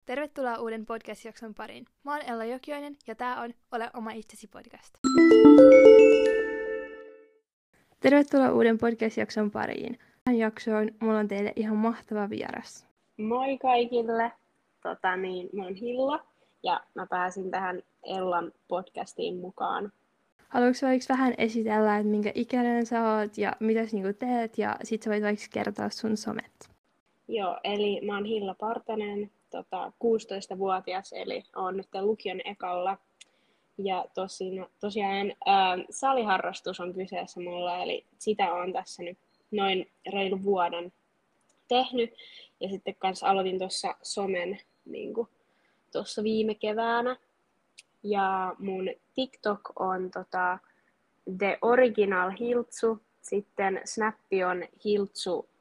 Tervetuloa uuden podcast-jakson pariin. Mä oon Ella Jokioinen ja tää on Ole oma itsesi podcast. Tervetuloa uuden podcast-jakson pariin. Tähän jaksoon mulla on teille ihan mahtava vieras. Moi kaikille! Mä oon Hilla ja mä pääsin tähän Ellan podcastiin mukaan. Haluatko vaikka vähän esitellä, että minkä ikäinen sä oot ja mitä sä teet ja sit sä voit vaikka kertoa sun somet. Joo, eli mä oon Hilla Partanen, 16-vuotias, eli oon nyt lukion ekalla. Ja tosiaan saliharrastus on kyseessä mulla, eli sitä oon tässä nyt noin reilu vuoden tehnyt. Ja sitten kanssa aloitin tuossa somen tuossa viime keväänä. Ja mun TikTok on The Original Hiltsu, sitten Snappi on Hiltsu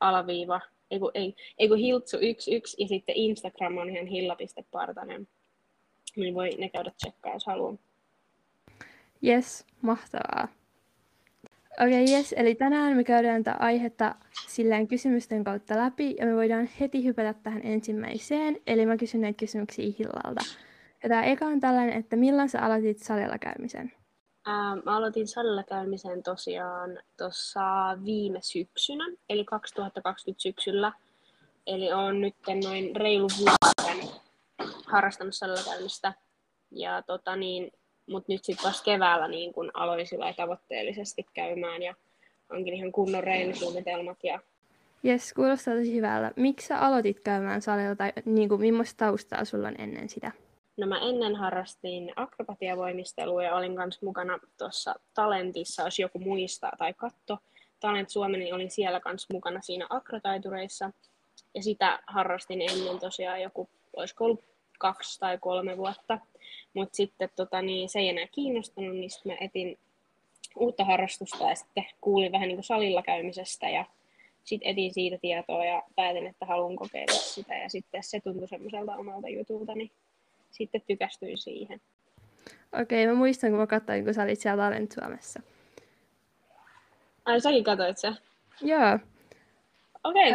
Hiltsu 11 ja sitten Instagram on ihan hilla.partanen. Niin voi ne käydä tsekkaa, jos haluaa. Jes, mahtavaa. Okei, jes, eli tänään me käydään tätä aihetta silleen kysymysten kautta läpi ja me voidaan heti hypätä tähän ensimmäiseen, eli mä kysyn näitä kysymyksiä Hillalta. Ja tää eka on tällainen, että milloin sä aloitit salilla käymisen? Mä aloitin salilla käymisen tosiaan tuossa viime syksynä, eli 2020 syksyllä. Eli oon nyt noin reilu vuoden harrastanut salilla käymistä. Ja mut nyt sitten vasta keväällä niin kun aloin sillä tavoitteellisesti käymään ja onkin ihan kunnon reilusuunnitelmat. Jes, kuulostaa tosi hyvältä. Miksi sä aloitit käymään salilla tai millaista taustaa sulla on ennen sitä? No mä ennen harrastin akrobatiavoimistelua ja olin kanssa mukana tuossa Talentissa, jos joku muistaa tai katto. Talent Suomi, niin olin siellä kanssa mukana siinä akrotaitureissa. Ja sitä harrastin ennen tosiaan olisiko ollut 2 tai 3 vuotta. Mutta sitten se ei enää kiinnostanut, niin sitten mä etin uutta harrastusta ja sitten kuulin vähän niin kuin salilla käymisestä. Ja sitten etin siitä tietoa ja päätin, että haluan kokeilla sitä. Ja sitten se tuntui semmoiselta omalta jutulta, niin sitten tykästyin siihen. Okei, mä muistan, kun mä katsoin, kun sä olit siellä Talent Suomessa. Ai, säkin katsoit se? Joo. Okei.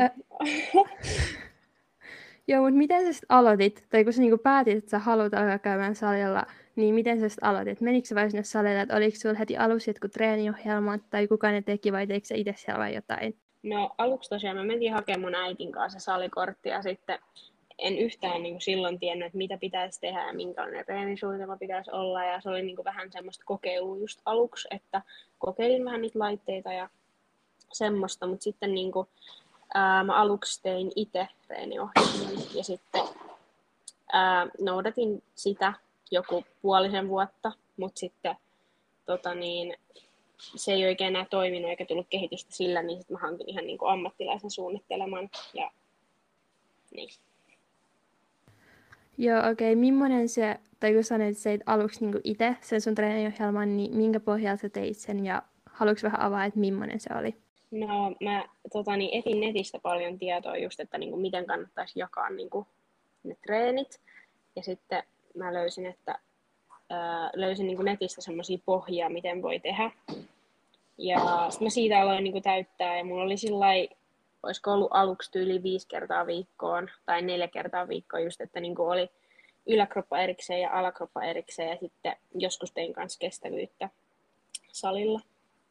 Joo, mutta miten sä sitten aloitit? Tai kun sä päätit, että sä haluat alkaa käymään salilla, niin miten sä sitten aloitit? Menikö sä vai sinne salille, että oliko sulla heti alussa jotkut treeniohjelmat tai kuka ne teki vai teikö sä itse siellä vai jotain? No aluksi tosiaan mä menin hakemaan mun äitin kanssa salikortti ja sitten en yhtään silloin tiennyt, että mitä pitäisi tehdä ja minkälainen treenisuunnitelma pitäisi olla. Ja se oli vähän semmoista kokeilua just aluksi, että kokeilin vähän niitä laitteita ja semmoista. Mutta sitten mä aluksi tein itse treeniohjelman ja sitten noudatin sitä joku puolisen vuotta. Mutta sitten se ei oikein enää toiminut eikä tullut kehitystä sillä, niin sitten mä hankin ihan ammattilaisen suunnitteleman. Ja niin. Joo, okei. Millainen se, tai kun sanoit, että sä aluksi itse sen sun treeniohjelman, niin minkä pohjalta sä teit sen ja haluatko vähän avaa, että millainen se oli? No mä etin netistä paljon tietoa just, että miten kannattaisi jakaa ne treenit. Ja sitten mä löysin netistä semmoisia pohjia, miten voi tehdä. Ja sitten mä siitä aloin täyttää ja mulla oli olisiko ollut aluksi tyyli 5 kertaa viikkoon tai 4 kertaa viikkoon just, että oli yläkroppa erikseen ja alakroppa erikseen ja sitten joskus tein kanssa kestävyyttä salilla.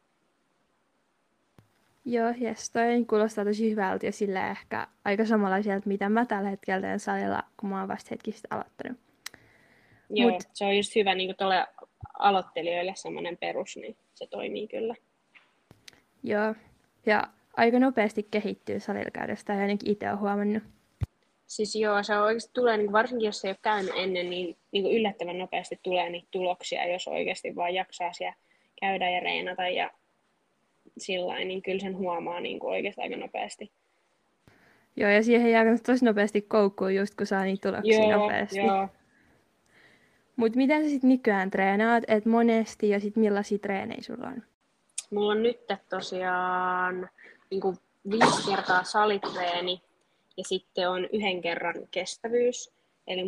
Joo, jes, toi kuulostaa tosi hyvältä ja sillä ehkä aika samanlaiselta, mitä mä tällä hetkellä teen salilla, kun mä oon vasta hetkistä aloittanut. Joo, se on just hyvä tuolle aloittelijoille semmoinen perus, niin se toimii kyllä. Joo, ja aika nopeasti kehittyy salilla käydessä, tai ainakin itse olen huomannut. Siis joo, se oikeasti tulee, varsinkin jos ei ole käynyt ennen, niin yllättävän nopeasti tulee niitä tuloksia, jos oikeasti vaan jaksaa siellä käydä ja reenata ja sillain, niin kyllä sen huomaa oikeasti aika nopeasti. Joo, ja siihen jää tosi nopeasti koukkuun just kun saa niitä tuloksia nopeasti. Joo. Mut miten sä sit nykyään treenaat, et monesti ja sit millaisia treenejä sulla on? Mulla on nyt tosiaan 5 kertaa salitreeni ja sitten on 1 kerran kestävyys. Eli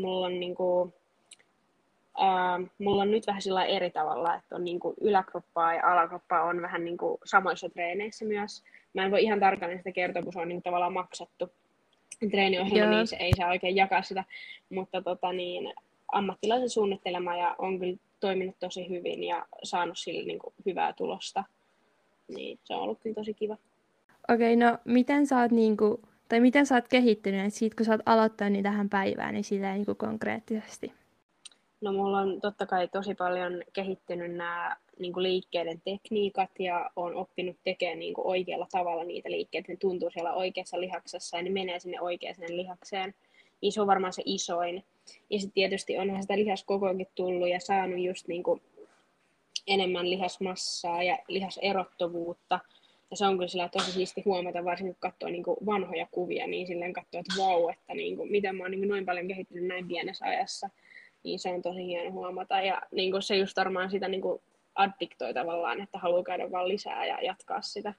mulla on nyt vähän sillä eri tavalla, että on yläkroppaa ja alakroppaa on vähän samoissa treeneissä myös. Mä en voi ihan tarkalleen sitä kertoa, kun se on tavallaan maksattu. treeniohjelma, Joo. niin se ei saa oikein jakaa sitä, mutta ammattilaisen suunnittelema ja on kyllä toiminut tosi hyvin ja saanut sille niin kuin hyvää tulosta, niin se on ollut kyllä tosi kiva. Okei, no miten sä oot niinku, tai miten sä oot kehittynyt siitä, kun sä oot aloittanut niin tähän päivään, niin silleen niinku konkreettisesti? No mulla on totta kai tosi paljon kehittynyt nämä niin kuin liikkeiden tekniikat ja olen oppinut tekemään niin kuin oikealla tavalla niitä liikkeitä. Ne tuntuu siellä oikeassa lihaksessa ja ne menee sinne oikeaan lihakseen. Niin se on varmaan se isoin. Ja sitten tietysti onhan sitä lihaskokoakin tullut ja saanut just niin kuin enemmän lihasmassaa ja lihaserottuvuutta. Ja se on kyllä sillä tosi siisti huomata, varsinkin kun katsoo niin kuin vanhoja kuvia, niin silleen katsoo, että vau, että niin kuin, miten mä oon niin kuin noin paljon kehittynyt näin pienessä ajassa. Niin se on tosi hieno huomata. Ja niin kuin se just varmaan sitä niin kuin addiktoi tavallaan, että haluaa käydä vaan lisää ja jatkaa sitä.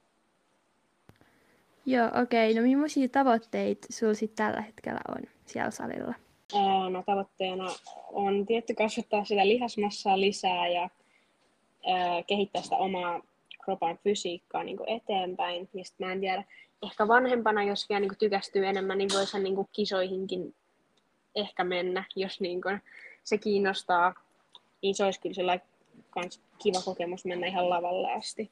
Joo, okei. No millaisia tavoitteita sulla sit tällä hetkellä on siellä salilla? No, tavoitteena on tietty kasvattaa sitä lihasmassaa lisää ja kehittää sitä omaa kropan fysiikkaa niin kuin eteenpäin. Ja sit mä en tiedä, ehkä vanhempana, jos vielä niin kuin tykästyy enemmän, niin voisi niin kuin kisoihinkin ehkä mennä, jos niin kuin se kiinnostaa. Niin se olisi kyllä kans kiva kokemus mennä ihan lavalle asti.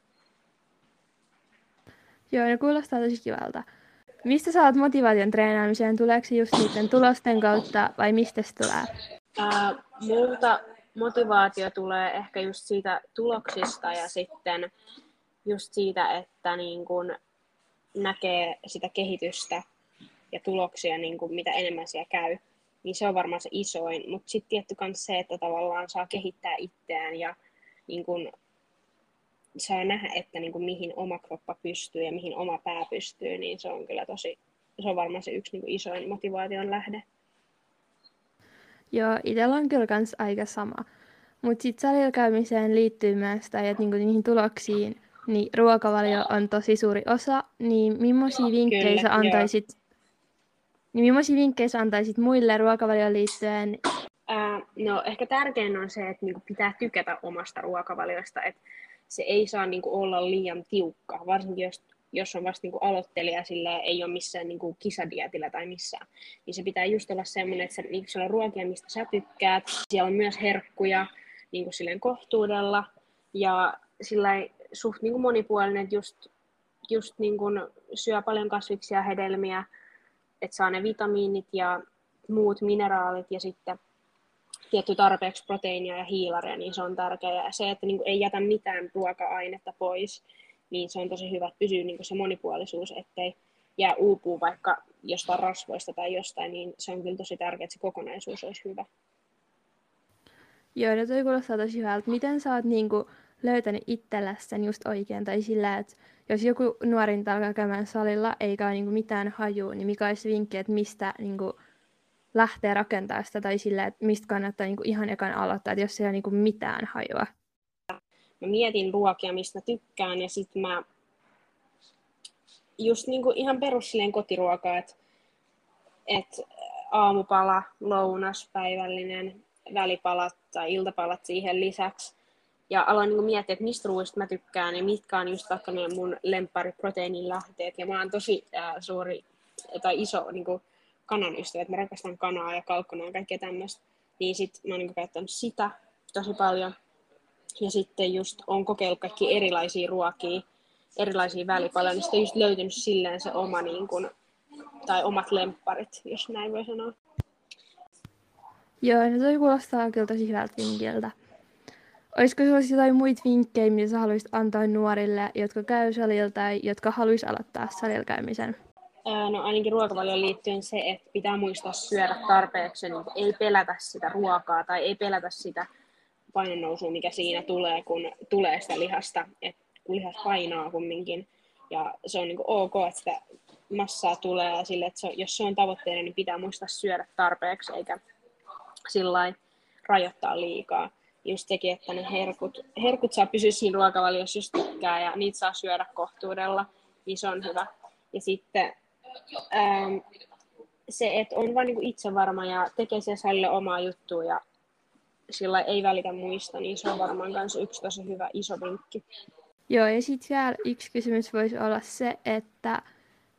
Joo, ne kuulostaa tosi kivalta. Mistä saat motivaation treenaamiseen? Tuleeko se just niiden tulosten kautta vai mistä se tulee? Multa motivaatio tulee ehkä just siitä tuloksista ja sitten just siitä, että niin kun näkee sitä kehitystä ja tuloksia, niin kun mitä enemmän siellä käy. Niin se on varmaan se isoin. Mutta sitten tietty myös se, että tavallaan saa kehittää itseään ja niin kun saa nähdä, että niin kun mihin oma kroppa pystyy ja mihin oma pää pystyy, niin se on kyllä se on varmaan se yksi niin kun isoin motivaation lähde. Joo, itsellä on kyllä kans aika sama. Mutta sitten salilla käymiseen liittyy myös, tai että niinku niihin tuloksiin, niin ruokavalio on tosi suuri osa. Niin millaisia vinkkejä Kyllä, sä joo. antaisit, muille ruokavalioon liittyen? No ehkä tärkein on se, että niinku pitää tykätä omasta ruokavaliosta, että se ei saa niinku olla liian tiukka, varsinkin jos on vasta niinku aloittelija, sillä ei ole missään niinku kisadietillä tai missään, niin se pitää just olla semmoinen, että siellä on ruokia, mistä sä tykkäät, siellä on myös herkkuja niinku silleen kohtuudella ja sillä suht niinku monipuolinen, että just niinku syö paljon kasviksia, hedelmiä, että saa ne vitamiinit ja muut mineraalit ja sitten tietty tarpeeksi proteiinia ja hiilaria, niin se on tärkeää. Ja se, että niin kuin ei jätä mitään ruoka-ainetta pois, niin se on tosi hyvä, että pysyy niin kuin se monipuolisuus, ettei jää uupuu vaikka jostain rasvoista tai jostain, niin se on kyllä tosi tärkeää, että se kokonaisuus olisi hyvä. Joo, no toi kuulostaa tosi hyvältä. Miten sä oot niinku löytänyt itsellesi sen just oikein? Tai sillä, että jos joku nuorinta alkaa käymään salilla eikä ole niinku mitään hajua, niin mikä olisi vinkki, että mistä niinku lähtee rakentamaan sitä? Tai sillä, että mistä kannattaa niinku ihan ekan aloittaa, että jos ei ole niinku mitään hajua? Mä mietin ruokia, mistä tykkään, ja sitten mä just niinku ihan perus kotiruokaa, että aamupala, lounas, päivällinen, välipalat tai iltapalat siihen lisäksi. Ja aloin niin miettiä, että mistä ruoista mä tykkään ja mitkä on just vaikka ne mun lemppariproteiinin lähteet. Ja mä oon tosi suuri tai iso niin kanan ystävä, että mä rakastan kanaa ja kalkkunaa ja kaikkea tämmöistä. Niin sit mä oon niin käyttänyt sitä tosi paljon. Ja sitten just oon kokeillut kaikki erilaisia ruokia, erilaisia välipaloja, niin sitten on just löytynyt silleen se oma niin kuin, tai omat lempparit, jos näin voi sanoa. Joo, no toi kuulostaa kyllä tosi hyvältä vinkiltä. Olisiko sinulla jotain muita vinkkejä, mitä sä haluaisit antaa nuorille, jotka käy salilla tai jotka haluaisi aloittaa salilla käymisen? No ainakin ruokavalioon liittyen se, että pitää muistaa syödä tarpeeksi, niin ei pelätä sitä ruokaa tai ei pelätä sitä painonnousua, mikä siinä tulee, kun tulee sitä lihasta, että kun lihas painaa kumminkin. Ja se on niin kuin ok, että sitä massaa tulee ja sille, että jos se on tavoitteena, niin pitää muistaa syödä tarpeeksi eikä sillä rajoittaa liikaa. Just sekin, että ne herkut saa pysyä siinä ruokavaliossa, jos tykkää, ja niitä saa syödä kohtuudella, niin se on hyvä. Ja sitten se, että on vain niin itsevarma ja tekee siellä salille omaa juttua ja sillä ei välitä muista, niin se on varmaan myös yksi tosi hyvä iso vinkki. Joo, ja sitten vielä yksi kysymys voisi olla se, että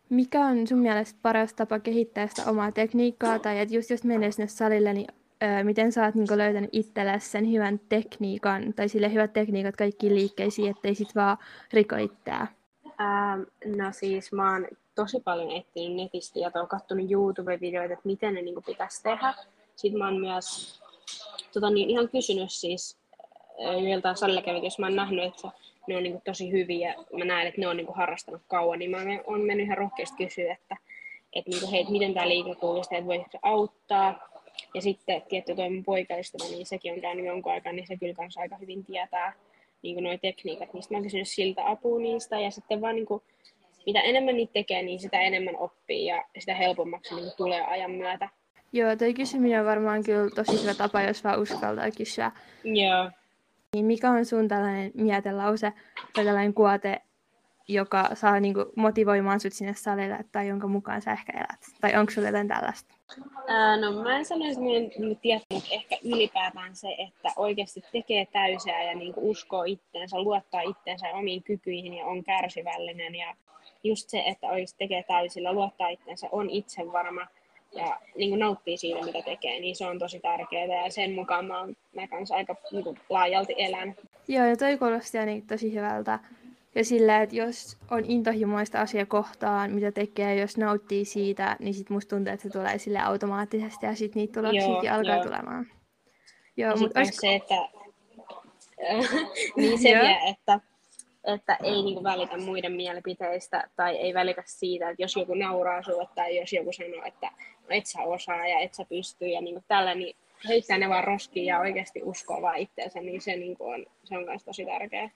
Mikä on sun mielestä paras tapa kehittää sitä omaa tekniikkaa? Tai että just jos menee sinne salille, niin miten sä oot niinku löytänyt itsellesi sen hyvän tekniikan, tai sille hyvät tekniikat kaikkiin liikkeisiin, ettei sit vaan riko itseään? No siis mä oon tosi paljon etsinyt netistä tietoa, katsonut YouTube-videoita, että miten ne niinku pitäisi tehdä. Sitten mä oon myös ihan kysynyt siis joiltain salikävijiltä, jos mä oon nähnyt, että ne on niinku tosi hyviä, mä näen, että ne on niinku harrastanut kauan, niin mä oon mennyt ihan rohkeasti kysyä, että niinku, hei, miten tämä liike kuulostaa, että voisiko se auttaa. Ja sitten tietty toi mun poikaystävä, niin sekin on käynyt jonkun aikaa, niin se kyllä kanssa aika hyvin tietää niin nuo tekniikat, niistä mä oon kysynyt siltä apua niistä, ja sitten vaan niin kuin, mitä enemmän niitä tekee, niin sitä enemmän oppii, ja sitä helpommaksi niin tulee ajan myötä. Joo, toi kysyminen on varmaan kyllä tosi hyvä tapa, jos vaan uskaltaa kysyä. Joo. Niin mikä on sun tällainen mietelause tai tällainen kuote, joka saa niinku motivoimaan sut sinne salille, tai jonka mukaan sä ehkä elät? Tai onko sulla jotain tällaista? No mä en sanoisi, että mulla on tietty, ehkä ylipäätään se, että oikeasti tekee täysiä ja niin uskoo itteensä, luottaa itteensä ja omiin kykyihin ja on kärsivällinen. Ja just se, että oikeasti tekee täysillä, luottaa itteensä, on itsevarma ja niin nauttii siitä, mitä tekee, niin se on tosi tärkeää. Ja sen mukaan mä kanssa aika niin laajalti elän. Joo, ja toi kuulostaa niin tosi hyvältä. Ja sillä, että jos on intohimoista asiaa kohtaan, mitä tekee, jos nauttii siitä, niin sit musta tuntuu, että se tulee sille automaattisesti ja sit niitä tuloksiakin alkaa tulemaan. Joo, ja sitten se, että niin se vie, että ei niinku välitä muiden mielipiteistä tai ei välitä siitä, että jos joku nauraa sulle tai jos joku sanoo, että et sä osaa ja et sä pysty ja niinku tällä, niin heittää ne vaan roskiin ja oikeasti uskoo vaan itseensä, niin se, niinku se on myös tosi tärkeää.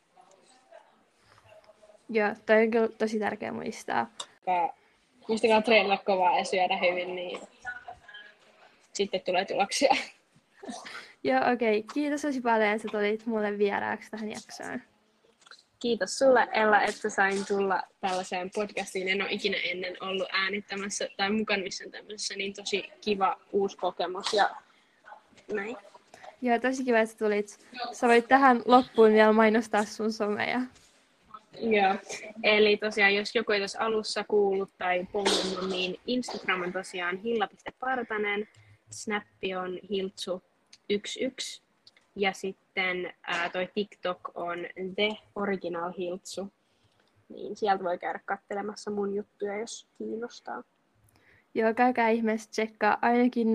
Joo, toi on kyllä tosi tärkeää muistaa. Muistakaa treenata kovaa ja syödä hyvin, niin sitten tulee tuloksia. Joo, okei. Kiitos tosi paljon, että tulit mulle vieraaksi tähän jaksoon. Kiitos sulle, Ella, että sain tulla tällaiseen podcastiin. En ole ikinä ennen ollut äänittämässä tai mukana missään tämmöisessä, niin tosi kiva uusi kokemus ja näin. Joo, tosi kiva, että tulit. Sä voit tähän loppuun vielä mainostaa sun someja. Joo, eli tosiaan jos joku ei tuossa alussa kuullut tai pongannut, niin Instagram on tosiaan hilla.partanen, Snappi on hiltsu11 ja sitten toi TikTok on The Original Hiltsu. Niin sieltä voi käydä katselemassa mun juttuja, jos kiinnostaa. Joo, käykää ihmeessä tsekkaa ainakin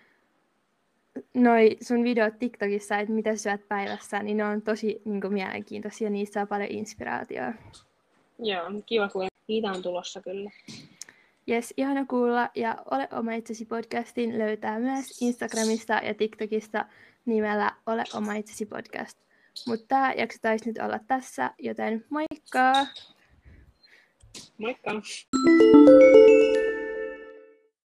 noi sun videot TikTokissa, että mitä syöt päivässä, niin ne on tosi mielenkiintoisia ja niissä saa paljon inspiraatiota. Joo, kiva kuulla. Niitä on tulossa kyllä. Jes, ihana kuulla. Ja Ole oma itsesi podcastin löytää myös Instagramista ja TikTokista nimellä Ole oma itsesi podcast. Mutta tämä jakso taisi nyt olla tässä, joten moikka! Moikka!